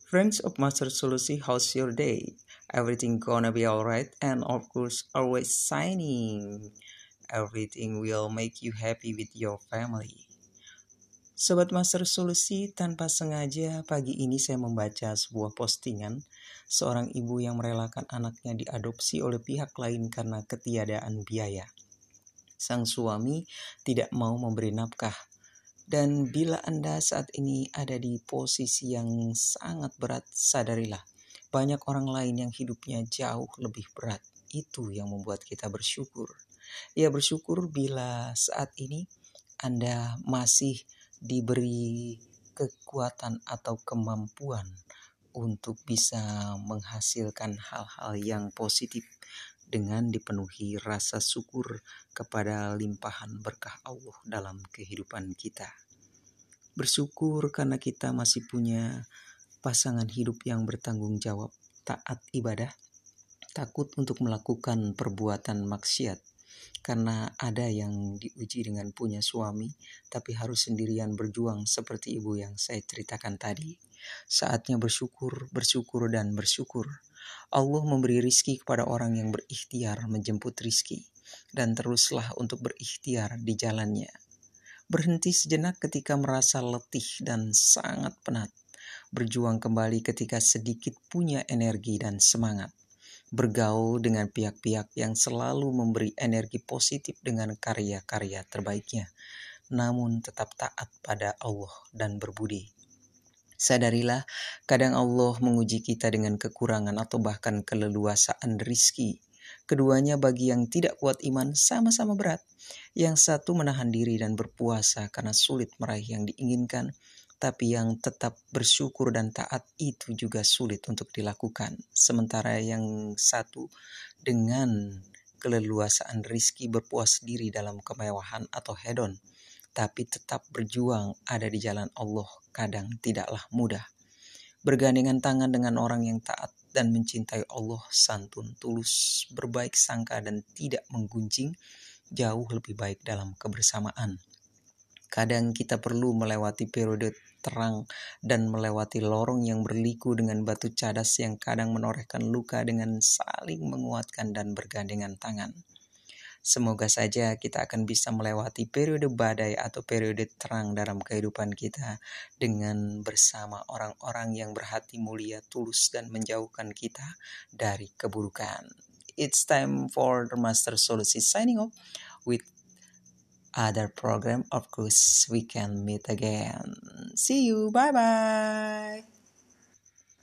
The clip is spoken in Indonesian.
Friends of Master Solusi, how's your day? Everything gonna be alright, and of course, always shining. Everything will make you happy with your family. Sobat Master Solusi, tanpa sengaja pagi ini saya membaca sebuah postingan seorang ibu yang merelakan anaknya diadopsi oleh pihak lain karena ketiadaan biaya. Sang suami tidak mau memberi nafkah. Dan bila Anda saat ini ada di posisi yang sangat berat, sadarilah, banyak orang lain yang hidupnya jauh lebih berat. Itu yang membuat kita bersyukur. Ya, bersyukur bila saat ini Anda masih diberi kekuatan atau kemampuan untuk bisa menghasilkan hal-hal yang positif dengan dipenuhi rasa syukur kepada limpahan berkah Allah dalam kehidupan kita. Bersyukur karena kita masih punya pasangan hidup yang bertanggung jawab, taat ibadah, takut untuk melakukan perbuatan maksiat. Karena ada yang diuji dengan punya suami, tapi harus sendirian berjuang seperti ibu yang saya ceritakan tadi. Saatnya bersyukur, bersyukur, dan bersyukur. Allah memberi rizki kepada orang yang berikhtiar menjemput rizki, dan teruslah untuk berikhtiar di jalannya. Berhenti sejenak ketika merasa letih dan sangat penat. Berjuang kembali ketika sedikit punya energi dan semangat. Bergaul dengan pihak-pihak yang selalu memberi energi positif dengan karya-karya terbaiknya. Namun tetap taat pada Allah dan berbudi. Sadarilah, kadang Allah menguji kita dengan kekurangan atau bahkan keleluasaan rizki. Keduanya bagi yang tidak kuat iman sama-sama berat. Yang satu menahan diri dan berpuasa karena sulit meraih yang diinginkan, tapi yang tetap bersyukur dan taat itu juga sulit untuk dilakukan. Sementara yang satu dengan keleluasaan rizki berpuas diri dalam kemewahan atau hedon, tapi tetap berjuang ada di jalan Allah kadang tidaklah mudah. Bergandengan tangan dengan orang yang taat dan mencintai Allah, santun, tulus, berbaik sangka dan tidak menggunjing, jauh lebih baik dalam kebersamaan. Kadang kita perlu melewati periode terang dan melewati lorong yang berliku dengan batu cadas yang kadang menorehkan luka dengan saling menguatkan dan bergandengan tangan. Semoga saja kita akan bisa melewati periode badai atau periode terang dalam kehidupan kita dengan bersama orang-orang yang berhati mulia, tulus, dan menjauhkan kita dari keburukan. It's time for the Master Solusi signing off with other program. Of course, we can meet again. See you. Bye-bye.